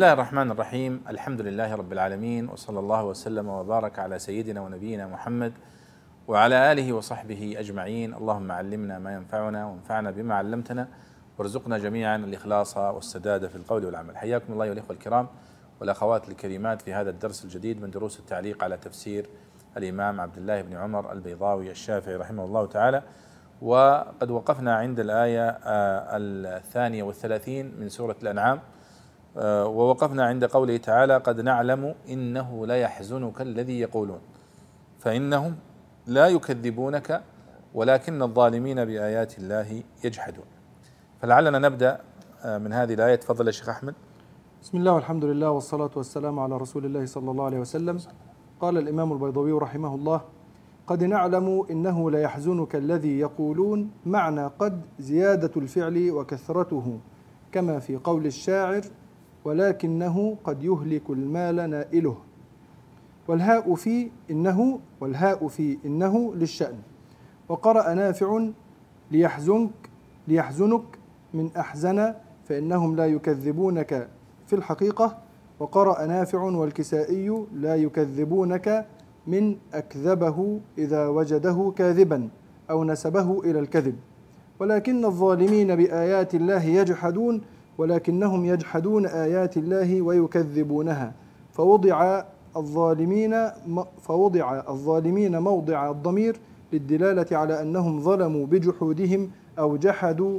الله الرحمن الرحيم. الحمد لله رب العالمين، وصلى الله وسلم وبارك على سيدنا ونبينا محمد وعلى آله وصحبه أجمعين. اللهم علمنا ما ينفعنا وانفعنا بما علمتنا، وارزقنا جميعا الإخلاص والسداد في القول والعمل. حياكم الله والإخوة الكرام والأخوات الكريمات في هذا الدرس الجديد من دروس التعليق على تفسير الإمام عبد الله بن عمر البيضاوي الشافعي رحمه الله تعالى. وقد وقفنا عند الآية 32 من سورة الأنعام، ووقفنا عند قوله تعالى: قد نعلم إنه ليحزنك الذي يقولون فإنهم لا يكذبونك ولكن الظالمين بآيات الله يجحدون. فلعلنا نبدأ من هذه الآية. تفضل يا شيخ أحمد. بسم الله والحمد لله والصلاة والسلام على رسول الله صلى الله عليه وسلم. قال الإمام البيضاوي رحمه الله: قد نعلم إنه ليحزنك الذي يقولون. معنى قد زيادة الفعل وكثرته، كما في قول الشاعر: ولكنه قد يهلك المال نائله. والهاء في إنه للشأن. وقرأ نافع: ليحزنك من أحزن فإنهم لا يكذبونك في الحقيقة. وقرأ نافع والكسائي: لا يكذبونك من أكذبه إذا وجده كاذبا أو نسبه إلى الكذب. ولكن الظالمين بآيات الله يجحدون، ولكنهم يجحدون آيات الله ويكذبونها. فوضع الظالمين موضع الضمير للدلالة على أنهم ظلموا بجحودهم أو جحدوا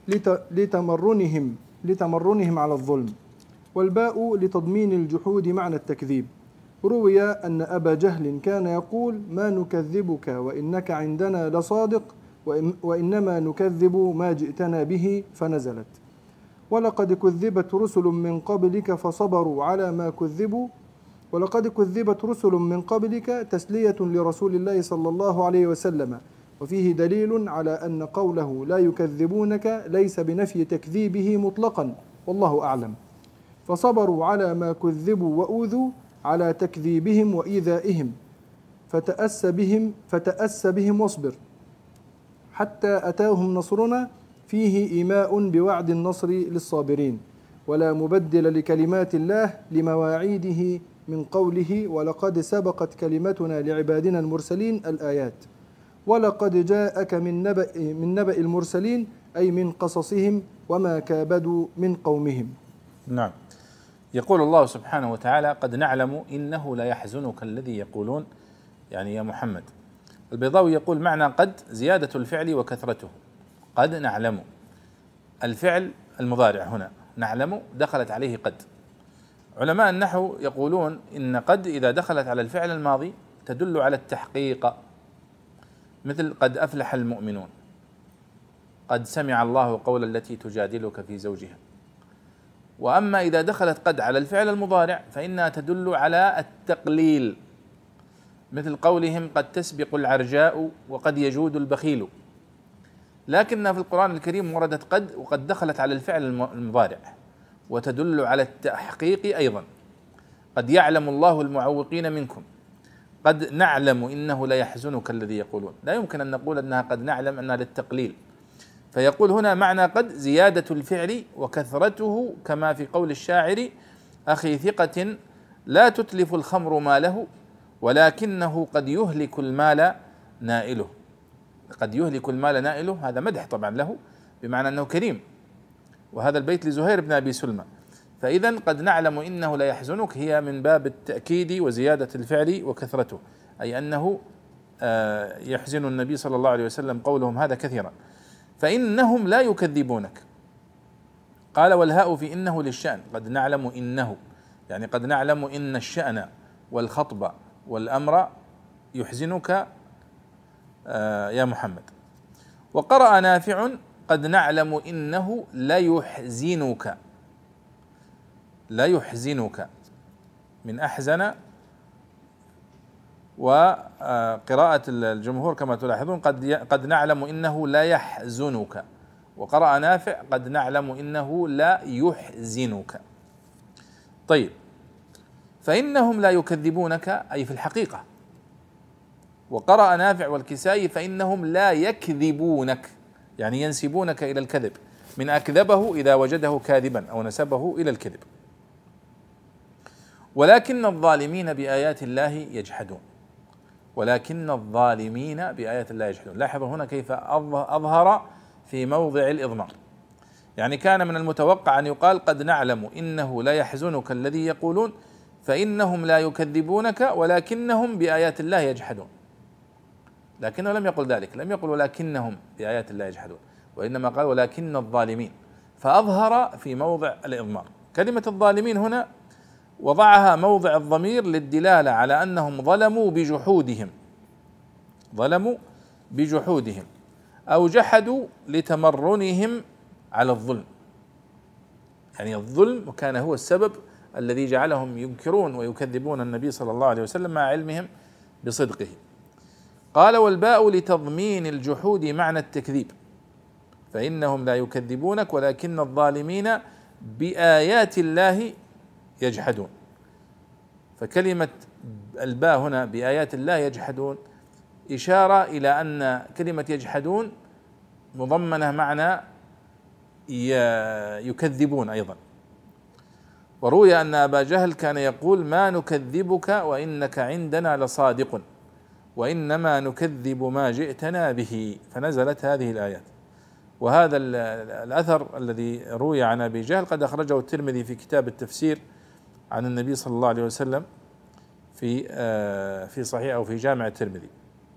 لتمرنهم على الظلم. والباء لتضمين الجحود معنى التكذيب. روي أن أبا جهل كان يقول: ما نكذبك وإنك عندنا لصادق، وإنما نكذب ما جئتنا به، فنزلت: ولقد كذبت رسل من قبلك فصبروا على ما كذبوا. ولقد كذبت رسل من قبلك تسلية لرسول الله صلى الله عليه وسلم، وفيه دليل على أن قوله لا يكذبونك ليس بنفي تكذيبه مطلقا، والله أعلم. فصبروا على ما كذبوا وأوذوا على تكذيبهم وإيذائهم، فتأس بهم واصبر حتى أتاهم نصرنا، فيه إيماء بوعد النصر للصابرين. ولا مبدل لكلمات الله لمواعيده من قوله: ولقد سبقت كلمتنا لعبادنا المرسلين، الآيات. ولقد جاءك من نبأ المرسلين، أي من قصصهم وما كابدوا من قومهم. نعم. يقول الله سبحانه وتعالى: قد نعلم إنه ليحزنك الذي يقولون، يعني يا محمد. البيضاوي يقول: معنى قد زيادة الفعل وكثرته. قد نعلم، الفعل المضارع هنا نعلم دخلت عليه قد. علماء النحو يقولون إن قد إذا دخلت على الفعل الماضي تدل على التحقيق، مثل قد أفلح المؤمنون، قد سمع الله قول التي تجادلك في زوجها. وأما إذا دخلت قد على الفعل المضارع فإنها تدل على التقليل، مثل قولهم: قد تسبق العرجاء وقد يجود البخيل. لكنها في القرآن الكريم وردت قد وقد دخلت على الفعل المضارع وتدل على التحقيق أيضا. قد يعلم الله المعوقين منكم، قد نعلم إنه ليحزنك الذي يقولون. لا يمكن أن نقول أنها قد نعلم أنها للتقليل. فيقول هنا معنى قد زيادة الفعل وكثرته، كما في قول الشاعر: أخي ثقة لا تتلف الخمر ماله ولكنه قد يهلك المال نائله. قد يهلك المال نائله، هذا مدح طبعا له، بمعنى أنه كريم. وهذا البيت لزهير بن أبي سلمى. فإذا قد نعلم إنه لا يحزنك هي من باب التأكيد وزيادة الفعل وكثرته، أي أنه يحزن النبي صلى الله عليه وسلم قولهم هذا كثيرا. فإنهم لا يكذبونك. قال: والهاء في إنه للشأن. قد نعلم إنه، يعني قد نعلم إن الشأن والخطب والأمر يحزنك يا محمد. وقرأ نافع: قد نعلم إنه لا يحزنك من أحزن. وقراءة الجمهور كما تلاحظون: قد نعلم إنه لا يحزنك. وقرأ نافع: قد نعلم إنه لا يحزنك. طيب، فإنهم لا يكذبونك أي في الحقيقة. وقرأ نافع والكسائي: فإنهم لا يكذبونك، يعني ينسبونك إلى الكذب، من أكذبه إذا وجده كاذبا أو نسبه إلى الكذب. ولكن الظالمين بآيات الله يجحدون. ولكن الظالمين بآيات الله يجحدون. لاحظوا هنا كيف أظهر في موضع الإضمار. يعني كان من المتوقع أن يقال قد نعلم إنه لا يحزنك الذي يقولون فإنهم لا يكذبونك ولكنهم بآيات الله يجحدون، لكنه لم يقل ذلك، لم يقل ولكنهم بآيات الله يجحدون، وإنما قال ولكن الظالمين، فأظهر في موضع الإضمار. كلمة الظالمين هنا وضعها موضع الضمير للدلالة على أنهم ظلموا بجحودهم أو جحدوا لتمرنهم على الظلم، يعني الظلم كان هو السبب الذي جعلهم ينكرون ويكذبون النبي صلى الله عليه وسلم مع علمهم بصدقه. قال والباء لتضمين الجحود معنى التكذيب، فإنهم لا يكذبونك ولكن الظالمين بآيات الله يجحدون. فكلمة الباء هنا بآيات الله يجحدون إشارة إلى أن كلمة يجحدون مضمنة معنى يكذبون أيضا. وروي أن أبا جهل كان يقول ما نكذبك وإنك عندنا لصادق وإنما نكذب ما جئتنا به، فنزلت هذه الآيات. وهذا الأثر الذي روي عن أبي جهل قد أخرجه الترمذي في كتاب التفسير عن النبي صلى الله عليه وسلم في صحيح أو في جامع الترمذي.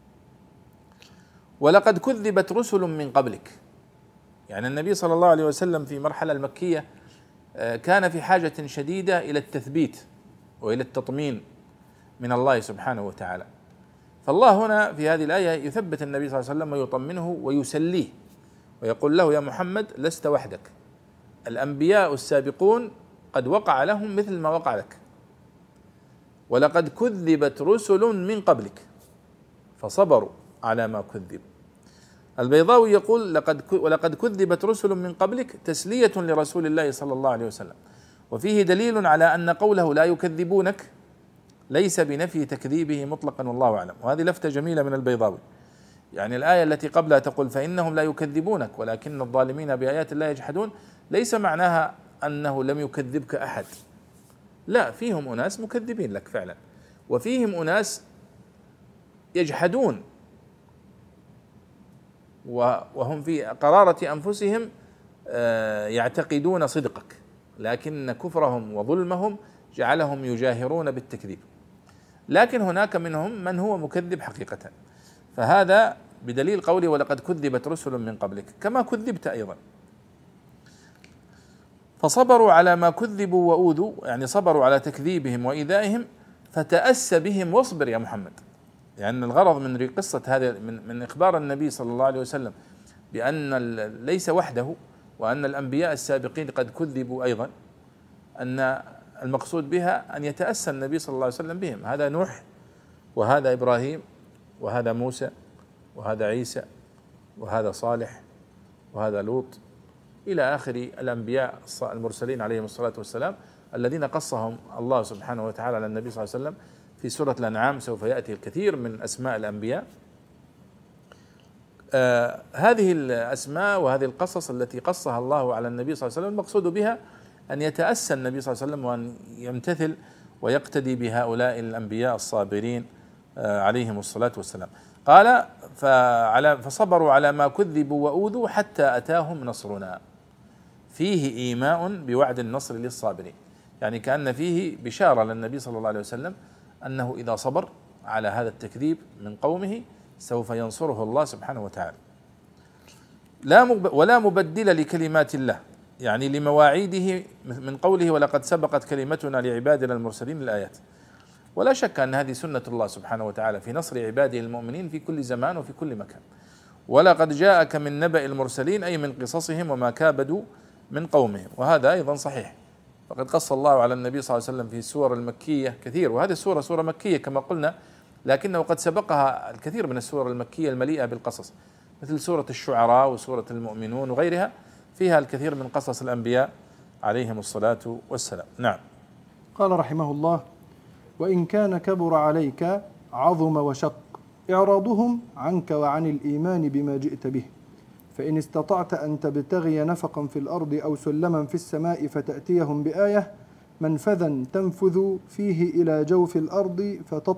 ولقد كذبت رسل من قبلك، يعني النبي صلى الله عليه وسلم في المرحلة المكية كان في حاجة شديدة إلى التثبيت وإلى التطمين من الله سبحانه وتعالى، فالله هنا في هذه الآية يثبت النبي صلى الله عليه وسلم ويطمنه ويسليه ويقول له يا محمد لست وحدك، الأنبياء السابقون قد وقع لهم مثل ما وقع لك، ولقد كذبت رسل من قبلك فصبروا على ما كذبوا. البيضاوي يقول ولقد كذبت رسل من قبلك تسلية لرسول الله صلى الله عليه وسلم، وفيه دليل على أن قوله لا يكذبونك ليس بنفي تكذيبه مطلقا والله أعلم. وهذه لفتة جميلة من البيضاوي، يعني الآية التي قبلها تقول فإنهم لا يكذبونك ولكن الظالمين بآيات الله يجحدون، ليس معناها أنه لم يكذبك أحد، لا، فيهم أناس مكذبين لك فعلا، وفيهم أناس يجحدون وهم في قرارة أنفسهم يعتقدون صدقك، لكن كفرهم وظلمهم جعلهم يجاهرون بالتكذيب، لكن هناك منهم من هو مكذب حقيقة. فهذا بدليل قوله ولقد كذبت رسل من قبلك كما كذبت أيضا. فصبروا على ما كذبوا وأوذوا، يعني صبروا على تكذيبهم وإيذائهم، فتأس بهم واصبر يا محمد. يعني الغرض من قصة هذا من إخبار النبي صلى الله عليه وسلم بأن ليس وحده وأن الأنبياء السابقين قد كذبوا أيضا، أن المقصود بها أن يتأسى النبي صلى الله عليه وسلم بهم، هذا نوح وهذا إبراهيم وهذا موسى وهذا عيسى وهذا صالح وهذا لوط إلى آخر الأنبياء المرسلين عليهم الصلاة والسلام الذين قصهم الله سبحانه وتعالى على النبي صلى الله عليه وسلم في سورة الأنعام. سوف يأتي الكثير من أسماء الأنبياء. هذه الأسماء وهذه القصص التي قصها الله على النبي صلى الله عليه وسلم المقصود بها أن يتأسى النبي صلى الله عليه وسلم وأن يمتثل ويقتدي بهؤلاء الأنبياء الصابرين عليهم الصلاة والسلام. قال فصبروا على ما كذبوا وأوذوا حتى أتاهم نصرنا، فيه إيماء بوعد النصر للصابرين، يعني كأن فيه بشارة للنبي صلى الله عليه وسلم أنه إذا صبر على هذا التكذيب من قومه سوف ينصره الله سبحانه وتعالى. ولا مبدل لكلمات الله، يعني لمواعيده، من قوله ولقد سبقت كلمتنا لعبادنا المرسلين الآيات. ولا شك أن هذه سنة الله سبحانه وتعالى في نصر عباده المؤمنين في كل زمان وفي كل مكان. ولقد جاءك من نبأ المرسلين أي من قصصهم وما كابدوا من قومهم، وهذا أيضا صحيح، فقد قص الله على النبي صلى الله عليه وسلم في السور المكية كثير، وهذه السورة سورة مكية كما قلنا، لكنه قد سبقها الكثير من السور المكية المليئة بالقصص، مثل سورة الشعراء وسورة المؤمنون وغيرها، فيها الكثير من قصص الأنبياء عليهم الصلاة والسلام. نعم. قال رحمه الله: وإن كان كبر عليك عظم وشق إعراضهم عنك وعن الإيمان بما جئت به، فإن استطعت أن تبتغي نفقا في الأرض أو سلما في السماء فتأتيهم بآية منفذا تنفذ فيه إلى جوف الأرض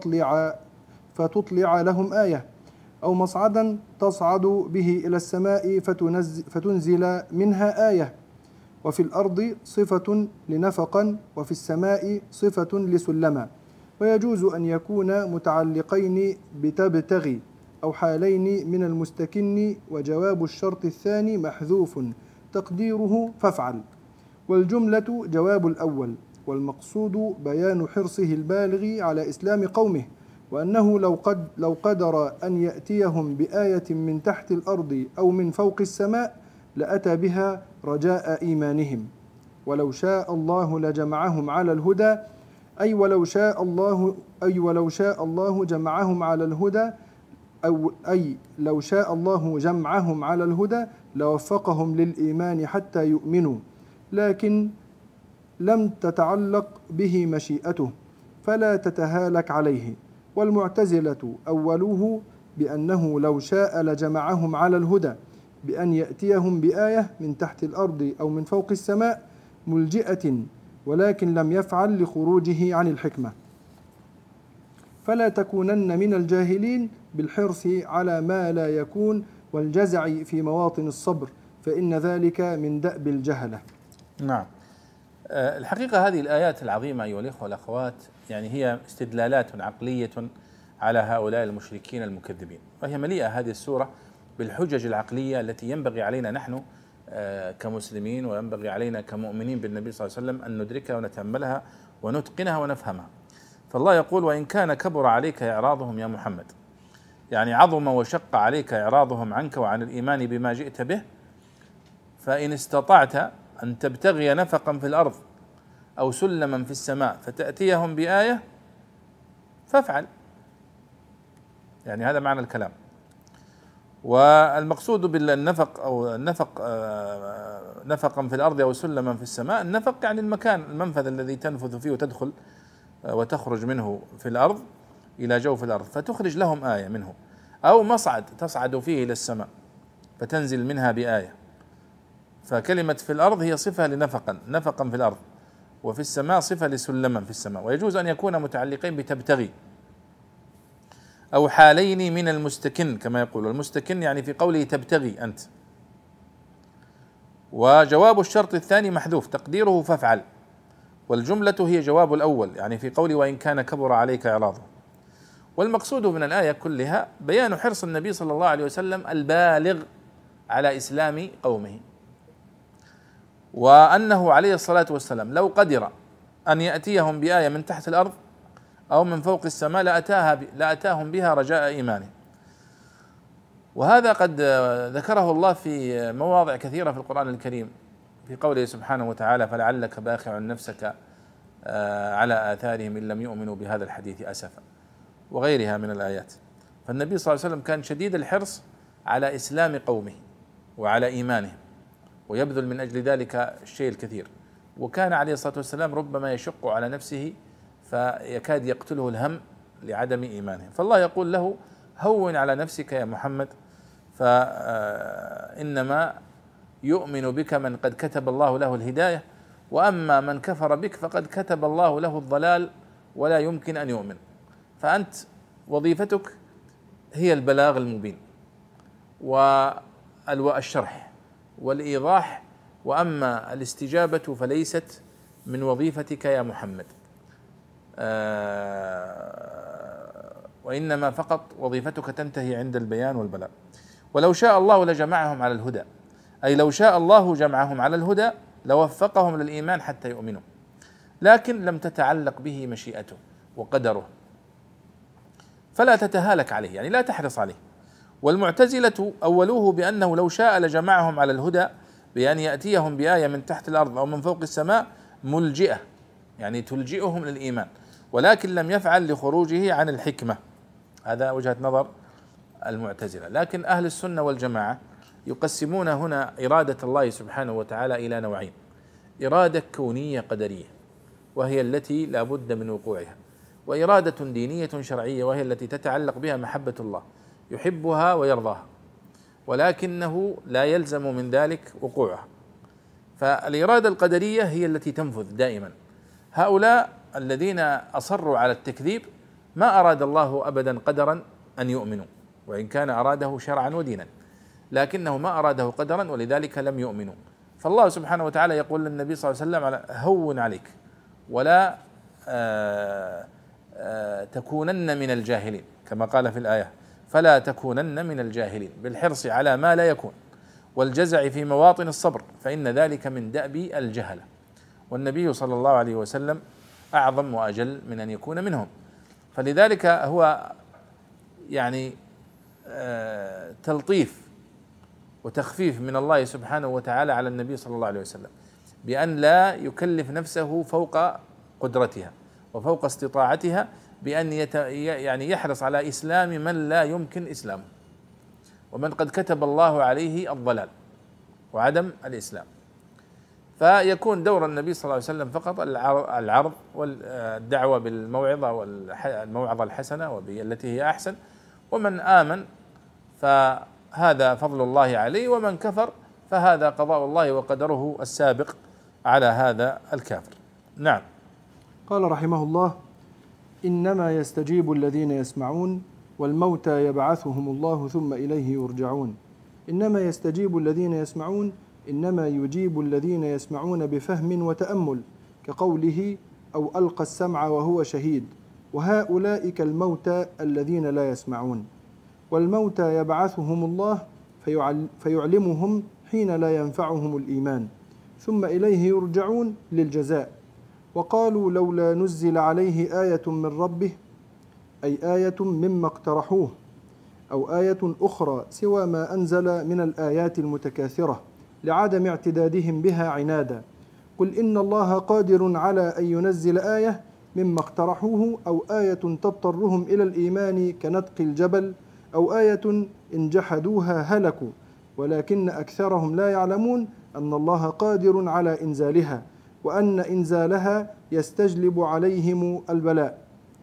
فتطلع لهم آية، أو مصعدا تصعد به إلى السماء فتنزل منها آية. وفي الأرض صفة لنفقا، وفي السماء صفة لسلما. ويجوز أن يكون متعلقين بتبتغي أو حالين من المستكن، وجواب الشرط الثاني محذوف تقديره فافعل، والجملة جواب الأول. والمقصود بيان حرصه البالغ على إسلام قومه، وأنه لو قدر أن يأتيهم بآية من تحت الأرض أو من فوق السماء لأتى بها رجاء إيمانهم. ولو شاء الله لجمعهم على الهدى، أي ولو شاء الله جمعهم على الهدى، لو شاء الله جمعهم على الهدى لوفقهم للإيمان حتى يؤمنوا، لكن لم تتعلق به مشيئته فلا تتهالك عليه. والمعتزلة أولوه بأنه لو شاء لجمعهم على الهدى بأن يأتيهم بآية من تحت الأرض أو من فوق السماء ملجئة، ولكن لم يفعل لخروجه عن الحكمة. فلا تكونن من الجاهلين بالحرص على ما لا يكون والجزع في مواطن الصبر، فإن ذلك من دأب الجهلة. نعم. الحقيقة هذه الآيات العظيمة أيها الإخوة والأخوات يعني هي استدلالات عقلية على هؤلاء المشركين المكذبين، وهي مليئة هذه السورة بالحجج العقلية التي ينبغي علينا نحن كمسلمين وينبغي علينا كمؤمنين بالنبي صلى الله عليه وسلم أن ندركها ونتأملها ونتقنها ونفهمها. فالله يقول: وإن كان كبر عليك إعراضهم يا محمد، يعني عظم وشق عليك إعراضهم عنك وعن الإيمان بما جئت به، فإن استطعت أن تبتغي نفقا في الأرض أو سلما في السماء فتأتيهم بآية فافعل. يعني هذا معنى الكلام. والمقصود بالنفق أو نفقا في الأرض أو سلما في السماء، النفق يعني المكان، المنفذ الذي تنفذ فيه وتدخل وتخرج منه في الأرض إلى جوف الأرض فتخرج لهم آية منه، أو مصعد تصعد فيه إلى السماء فتنزل منها بآية. فكلمة في الأرض هي صفة نفقا في الأرض، وفي السماء صفة لسلما في السماء. ويجوز أن يكون متعلقين بتبتغي أو حالين من المستكن كما يقول، المستكن يعني في قوله تبتغي أنت. وجواب الشرط الثاني محذوف تقديره فافعل، والجملة هي جواب الأول يعني في قوله وإن كان كبر عليك إعراضه. والمقصود من الآية كلها بيان حرص النبي صلى الله عليه وسلم البالغ على إسلام قومه، وأنه عليه الصلاة والسلام لو قدر أن يأتيهم بآية من تحت الأرض أو من فوق السماء لأتاهم بها رجاء إيمانه. وهذا قد ذكره الله في مواضع كثيرة في القرآن الكريم في قوله سبحانه وتعالى: فلعلك باخع نفسك على آثارهم إن لم يؤمنوا بهذا الحديث أسفا، وغيرها من الآيات. فالنبي صلى الله عليه وسلم كان شديد الحرص على إسلام قومه وعلى إيمانهم، ويبذل من أجل ذلك الشيء الكثير. وكان عليه الصلاة والسلام ربما يشق على نفسه فيكاد يقتله الهم لعدم إيمانه، فالله يقول له: هون على نفسك يا محمد، فإنما يؤمن بك من قد كتب الله له الهداية، وأما من كفر بك فقد كتب الله له الضلال ولا يمكن أن يؤمن. فأنت وظيفتك هي البلاغ المبين والشرح والإيضاح، وأما الاستجابة فليست من وظيفتك يا محمد، وإنما فقط وظيفتك تنتهي عند البيان والبلاغ. ولو شاء الله لجمعهم على الهدى، أي لو شاء الله جمعهم على الهدى لوفقهم للإيمان حتى يؤمنوا، لكن لم تتعلق به مشيئته وقدره، فلا تتهالك عليه، يعني لا تحرص عليه. والمعتزلة أولوه بأنه لو شاء لجمعهم على الهدى بأن يأتيهم بآية من تحت الأرض أو من فوق السماء ملجئة، يعني تلجئهم للإيمان، ولكن لم يفعل لخروجه عن الحكمة. هذا وجهة نظر المعتزلة. لكن أهل السنة والجماعة يقسمون هنا إرادة الله سبحانه وتعالى إلى نوعين: إرادة كونية قدرية وهي التي لا بد من وقوعها، وإرادة دينية شرعية وهي التي تتعلق بها محبة الله يحبها ويرضاها، ولكنه لا يلزم من ذلك وقوعها. فالإرادة القدرية هي التي تنفذ دائما، هؤلاء الذين أصروا على التكذيب ما أراد الله أبدا قدرا أن يؤمنوا، وإن كان أراده شرعا ودينا، لكنه ما أراده قدرا ولذلك لم يؤمنوا. فالله سبحانه وتعالى يقول للنبي صلى الله عليه وسلم: هون عليك ولا تكونن من الجاهلين، كما قال في الآية: فلا تكونن من الجاهلين، بالحرص على ما لا يكون والجزع في مواطن الصبر، فإن ذلك من دأب الجهلة، والنبي صلى الله عليه وسلم أعظم وأجل من أن يكون منهم. فلذلك هو يعني تلطيف وتخفيف من الله سبحانه وتعالى على النبي صلى الله عليه وسلم بأن لا يكلف نفسه فوق قدرتها وفوق استطاعتها، بأن يعني يحرص على إسلام من لا يمكن إسلامه، ومن قد كتب الله عليه الضلال وعدم الإسلام. فيكون دور النبي صلى الله عليه وسلم فقط العرض والدعوة بالموعظة والموعظة الحسنة وبالتي هي أحسن، ومن آمن فهذا فضل الله عليه، ومن كفر فهذا قضاء الله وقدره السابق على هذا الكافر. نعم. قال رحمه الله: إنما يستجيب الذين يسمعون والموتى يبعثهم الله ثم إليه يرجعون. إنما يستجيب الذين يسمعون، إنما يجيب الذين يسمعون بفهم وتأمل، كقوله: أو ألقى السمع وهو شهيد، وهؤلاء كالموتى الذين لا يسمعون. والموتى يبعثهم الله فيعلمهم حين لا ينفعهم الإيمان، ثم إليه يرجعون للجزاء. وقالوا: لولا نزل عليه آية من ربه، أي آية مما اقترحوه، أو آية أخرى سوى ما أنزل من الآيات المتكاثرة لعدم اعتدادهم بها عنادا. قل إن الله قادر على أن ينزل آية مما اقترحوه، أو آية تضطرهم إلى الإيمان كنطق الجبل، أو آية إن جحدوها هلكوا، ولكن أكثرهم لا يعلمون أن الله قادر على إنزالها، وأن إنزالها يستجلب عليهم البلاء،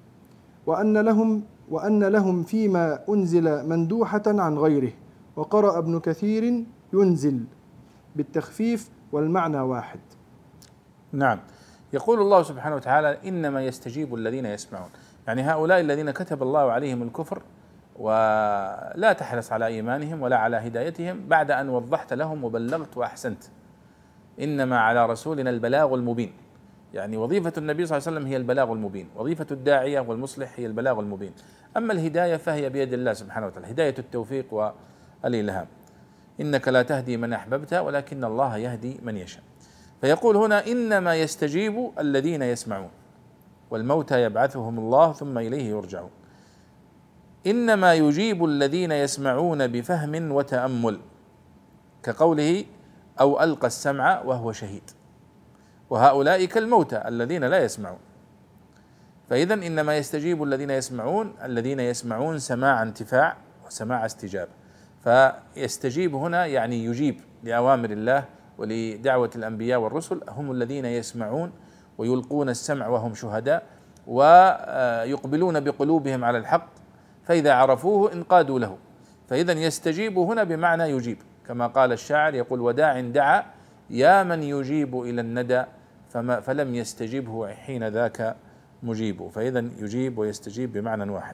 وأن لهم فيما أنزل مندوحة عن غيره. وقرأ ابن كثير: ينزل بالتخفيف والمعنى واحد. نعم. يقول الله سبحانه وتعالى: إنما يستجيب الذين يسمعون، يعني هؤلاء الذين كتب الله عليهم الكفر ولا تحرص على إيمانهم ولا على هدايتهم بعد أن وضحت لهم وبلغت وأحسنت. إنما على رسولنا البلاغ المبين، يعني وظيفة النبي صلى الله عليه وسلم هي البلاغ المبين، وظيفة الداعية والمصلح هي البلاغ المبين. أما الهداية فهي بيد الله سبحانه وتعالى، هداية التوفيق والإلهام. إنك لا تهدي من أحببت ولكن الله يهدي من يشاء. فيقول هنا: إنما يستجيب الذين يسمعون والموتى يبعثهم الله ثم إليه يرجعون. إنما يجيب الذين يسمعون بفهم وتأمل، كقوله: أو ألقى السمع وهو شهيد، وهؤلاء كالموتى الذين لا يسمعون. فإذا إنما يستجيب الذين يسمعون، الذين يسمعون سماع انتفاع وسماع استجابة. فيستجيب هنا يعني يجيب لأوامر الله ولدعوة الأنبياء والرسل، هم الذين يسمعون ويلقون السمع وهم شهداء، ويقبلون بقلوبهم على الحق، فإذا عرفوه انقادوا له. فإذا يستجيب هنا بمعنى يجيب، كما قال الشاعر يقول: وداع دعا يا من يجيب إلى الندى فلم يستجبه حين ذاك مجيب. فإذا يجيب ويستجيب بمعنى واحد.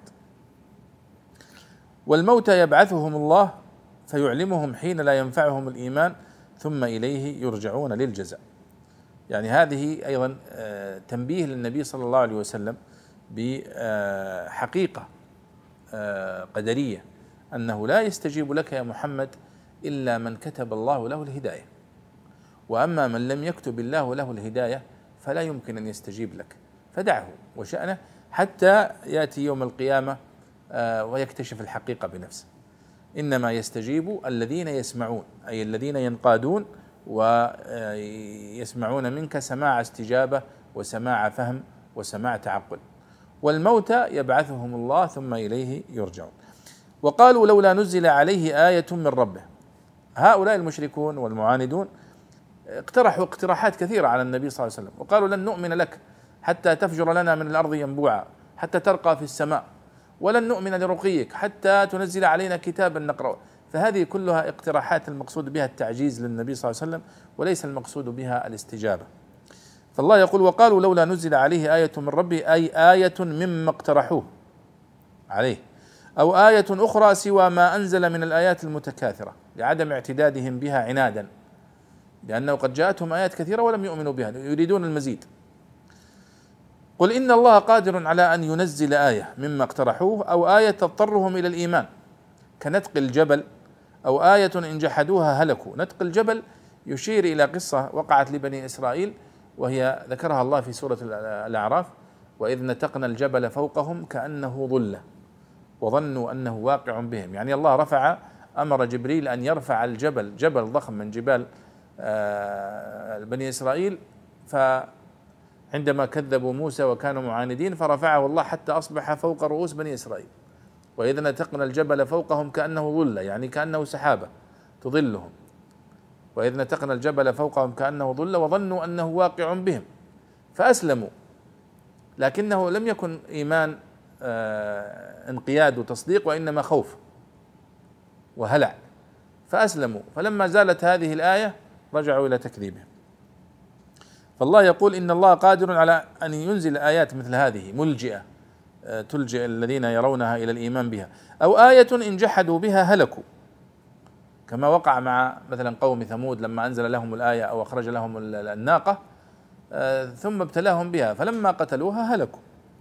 والموتى يبعثهم الله فيعلمهم حين لا ينفعهم الإيمان ثم إليه يرجعون للجزاء. يعني هذه أيضا تنبيه للنبي صلى الله عليه وسلم بحقيقة قدرية، أنه لا يستجيب لك يا محمد إلا من كتب الله له الهداية، وأما من لم يكتب الله له الهداية فلا يمكن أن يستجيب لك، فدعه وشأنه حتى يأتي يوم القيامة ويكتشف الحقيقة بنفسه. إنما يستجيب الذين يسمعون، أي الذين ينقادون ويسمعون منك سماع استجابة وسماع فهم وسماع تعقل. والموتى يبعثهم الله ثم إليه يرجعون. وقالوا: لولا نزل عليه آية من ربه. هؤلاء المشركون والمعاندون اقترحوا اقتراحات كثيرة على النبي صلى الله عليه وسلم، وقالوا: لن نؤمن لك حتى تفجر لنا من الأرض ينبوعا، حتى ترقى في السماء، ولن نؤمن لرقيك حتى تنزل علينا كتابا نقرأه. فهذه كلها اقتراحات المقصود بها التعجيز للنبي صلى الله عليه وسلم، وليس المقصود بها الاستجابة. فالله يقول وقالوا لولا نزل عليه آية من ربه، أي آية مما اقترحوه عليه، أو آية أخرى سوى ما أنزل من الآيات المتكاثرة، لعدم اعتدادهم بها عنادا، لأنه قد جاءتهم آيات كثيرة ولم يؤمنوا بها، يريدون المزيد. قل إن الله قادر على أن ينزل آية مما اقترحوه، أو آية تضطرهم إلى الإيمان كنتق الجبل، أو آية إن جحدوها هلكوا. نتق الجبل يشير إلى قصة وقعت لبني إسرائيل، وهي ذكرها الله في سورة الأعراف: وإذ نتقنا الجبل فوقهم كأنه ظلة وظنوا أنه واقع بهم. يعني الله أمر جبريل أن يرفع الجبل، جبل ضخم من جبال بني إسرائيل، فعندما كذبوا موسى وكانوا معاندين فرفعه الله حتى أصبح فوق رؤوس بني إسرائيل. وإذ نتقنا الجبل فوقهم كأنه ظلة، يعني كأنه سحابة تظلهم. وإذ نتقنا الجبل فوقهم كأنه ظلة وظنوا أنه واقع بهم فأسلموا، لكنه لم يكن إيمان انقياد وتصديق، وإنما خوف وهلع، فأسلموا. فلما زالت هذه الآية رجعوا إلى تكذيبهم. فالله يقول إن الله قادر على أن ينزل آيات مثل هذه ملجئة تلجئ الذين يرونها إلى الإيمان بها، أو آية إن جحدوا بها هلكوا، كما وقع مع مثلا قوم ثمود لما أنزل لهم الآية أو أخرج لهم الناقة ثم ابتلاهم بها فلما قتلوها هلكوا.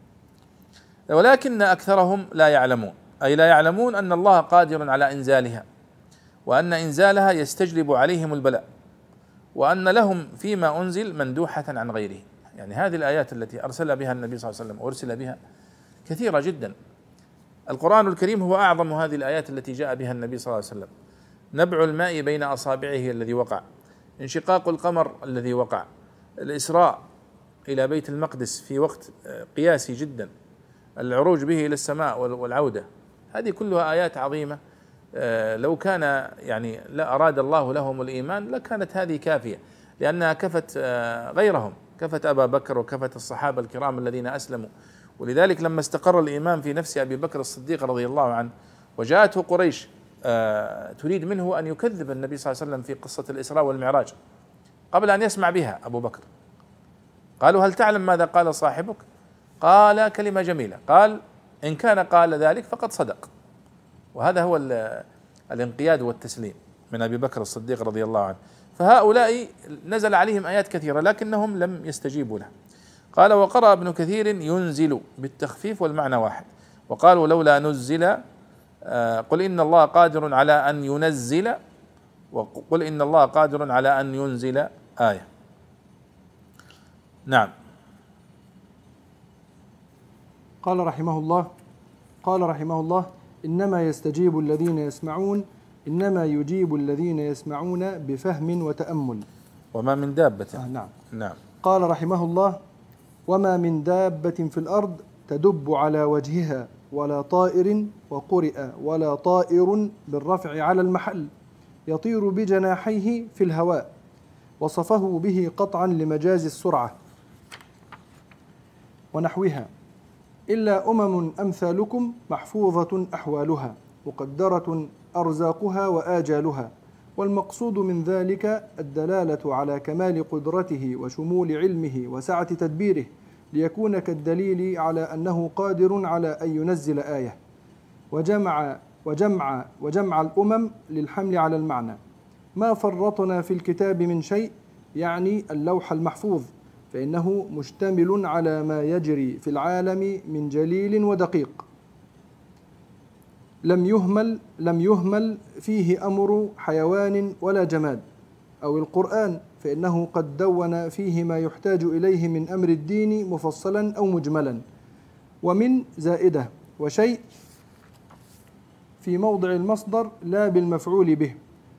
ولكن أكثرهم لا يعلمون، أي لا يعلمون أن الله قادر على إنزالها، وأن إنزالها يستجلب عليهم البلاء، وأن لهم فيما أنزل مندوحة عن غيره. يعني هذه الآيات التي أرسل بها النبي صلى الله عليه وسلم وأرسل بها كثيرة جدا. القرآن الكريم هو أعظم هذه الآيات التي جاء بها النبي صلى الله عليه وسلم. نبع الماء بين أصابعه الذي وقع، انشقاق القمر الذي وقع، الإسراء إلى بيت المقدس في وقت قياسي جدا، العروج به إلى السماء والعودة، هذه كلها آيات عظيمة. لو كان يعني لا أراد الله لهم الإيمان لكانت هذه كافية، لأنها كفت غيرهم، كفت أبا بكر وكفت الصحابة الكرام الذين أسلموا. ولذلك لما استقر الإيمان في نفس أبي بكر الصديق رضي الله عنه وجاءته قريش تريد منه أن يكذب النبي صلى الله عليه وسلم في قصة الإسراء والمعراج قبل أن يسمع بها أبو بكر، قالوا هل تعلم ماذا قال صاحبك؟ قال كلمة جميلة، قال إن كان قال ذلك فقد صدق. وهذا هو الانقياد والتسليم من أبي بكر الصديق رضي الله عنه. فهؤلاء نزل عليهم آيات كثيرة لكنهم لم يستجيبوا له. قال وقرأ ابن كثير ينزل بالتخفيف والمعنى واحد، وقالوا لولا نزل قل إن الله قادر على أن ينزل، وقل إن الله قادر على أن ينزل آية. نعم. قال رحمه الله إنما يستجيب الذين يسمعون، إنما يجيب الذين يسمعون بفهم وتأمل. وما من دابة نعم. قال رحمه الله وما من دابة في الأرض تدب على وجهها ولا طائر، وقرئ ولا طائر بالرفع على المحل يطير بجناحيه في الهواء، وصفه به قطعا لمجاز السرعة ونحوها، إلا أمثالكم محفوظة أحوالها مقدرة أرزاقها وآجالها. والمقصود من ذلك الدلالة على كمال قدرته وشمول علمه وسعة تدبيره، ليكون كالدليل على أنه قادر على أن ينزل آية. وجمع الأمم للحمل على المعنى. ما فرطنا في الكتاب من شيء، يعني اللوح المحفوظ، فإنه مشتمل على ما يجري في العالم من جليل ودقيق، لم يهمل فيه أمر حيوان ولا جماد. أو القرآن فإنه قد دون فيه ما يحتاج إليه من أمر الدين مفصلا أو مجملا. ومن زائدة وشيء في موضع المصدر لا بالمفعول به،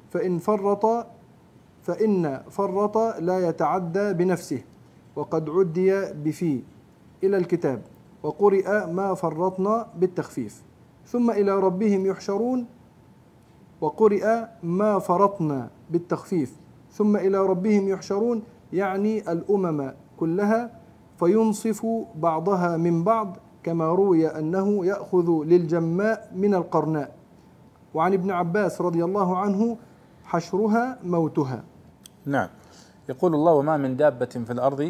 فإن فرط لا يتعدى بنفسه، وقد عدي بفي إلى الكتاب، وقرئ ما فرطنا بالتخفيف. ثم إلى ربهم يحشرون، وقرئ ما فرطنا بالتخفيف. ثم إلى ربهم يحشرون يعني الأمم كلها، فينصف بعضها من بعض، كما روي أنه يأخذ للجماء من القرناء. وعن ابن عباس رضي الله عنه حشرها موتها. نعم. يقول الله وما من دابة في الأرض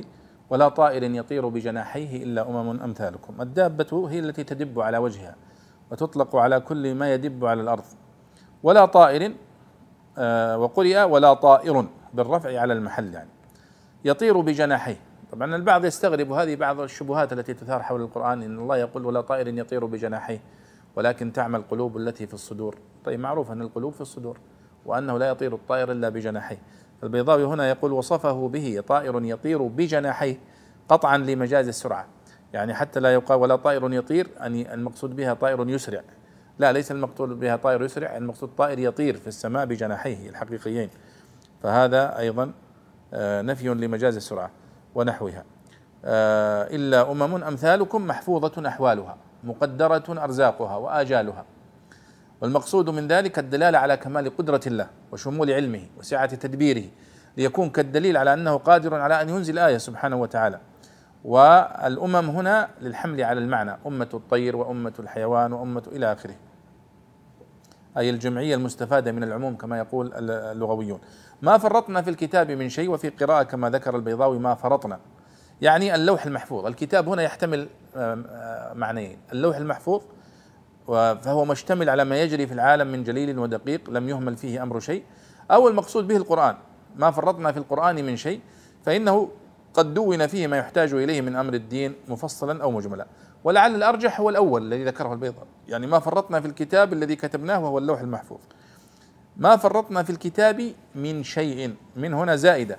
ولا طائر يطير بجناحيه إلا أمم أمثالكم. الدابة هي التي تدب على وجهها وتطلق على كل ما يدب على الأرض. ولا طائر، وقرئ ولا طائر بالرفع على المحل، يعني يطير بجناحيه. طبعا البعض يستغرب هذه بعض الشبهات التي تثار حول القرآن، إن الله يقول ولا طائر يطير بجناحيه ولكن تعمى القلوب التي في الصدور. طيب معروف أن القلوب في الصدور، وأنه لا يطير الطائر إلا بجناحيه. البيضاوي هنا يقول وصفه به طائر يطير بجناحيه قطعا لمجاز السرعة، يعني حتى لا يقال ولا طائر يطير أن المقصود بها طائر يسرع، لا، ليس المقصود بها طائر يسرع، المقصود طائر يطير في السماء بجناحيه الحقيقيين، فهذا أيضا نفي لمجاز السرعة ونحوها. إلا أمم أمثالكم محفوظة أحوالها مقدرة أرزاقها وآجالها. والمقصود من ذلك الدلالة على كمال قدرة الله وشمول علمه وسعة تدبيره، ليكون كالدليل على أنه قادر على أن ينزل آية سبحانه وتعالى. والأمم هنا للحمل على المعنى، أمة الطير وأمة الحيوان وأمة إلى آخره، أي الجمعية المستفادة من العموم كما يقول اللغويون. ما فرطنا في الكتاب من شيء، وفي قراءة كما ذكر البيضاوي ما فرطنا، يعني اللوح المحفوظ. الكتاب هنا يحتمل معنيين: اللوح المحفوظ فهو مشتمل على ما يجري في العالم من جليل ودقيق لم يهمل فيه أمر شيء، أو المقصود به القرآن، ما فرطنا في القرآن من شيء، فإنه قد دون فيه ما يحتاج إليه من أمر الدين مفصلا أو مجملا. ولعل الأرجح هو الأول الذي ذكره البيضاوي، يعني ما فرطنا في الكتاب الذي كتبناه وهو اللوح المحفوظ. ما فرطنا في الكتاب من شيء، من هنا زائدة،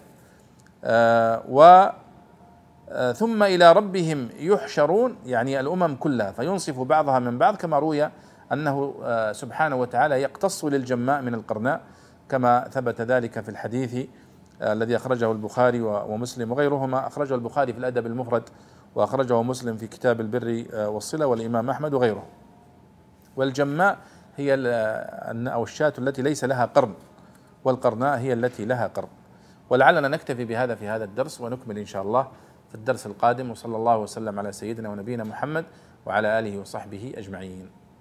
ثم إلى ربهم يحشرون، يعني الأمم كلها، فينصف بعضها من بعض، كما روي أنه سبحانه وتعالى يقتص للجماء من القرناء، كما ثبت ذلك في الحديث الذي أخرجه البخاري ومسلم وغيرهما. أخرجه البخاري في الأدب المفرد، وأخرجه مسلم في كتاب البر والصلة، والإمام أحمد وغيره. والجماء هي أو الشاة التي ليس لها قرن، والقرناء هي التي لها قرن. ولعلنا نكتفي بهذا في هذا الدرس، ونكمل إن شاء الله في الدرس القادم. وصلى الله وسلم على سيدنا ونبينا محمد وعلى آله وصحبه أجمعين.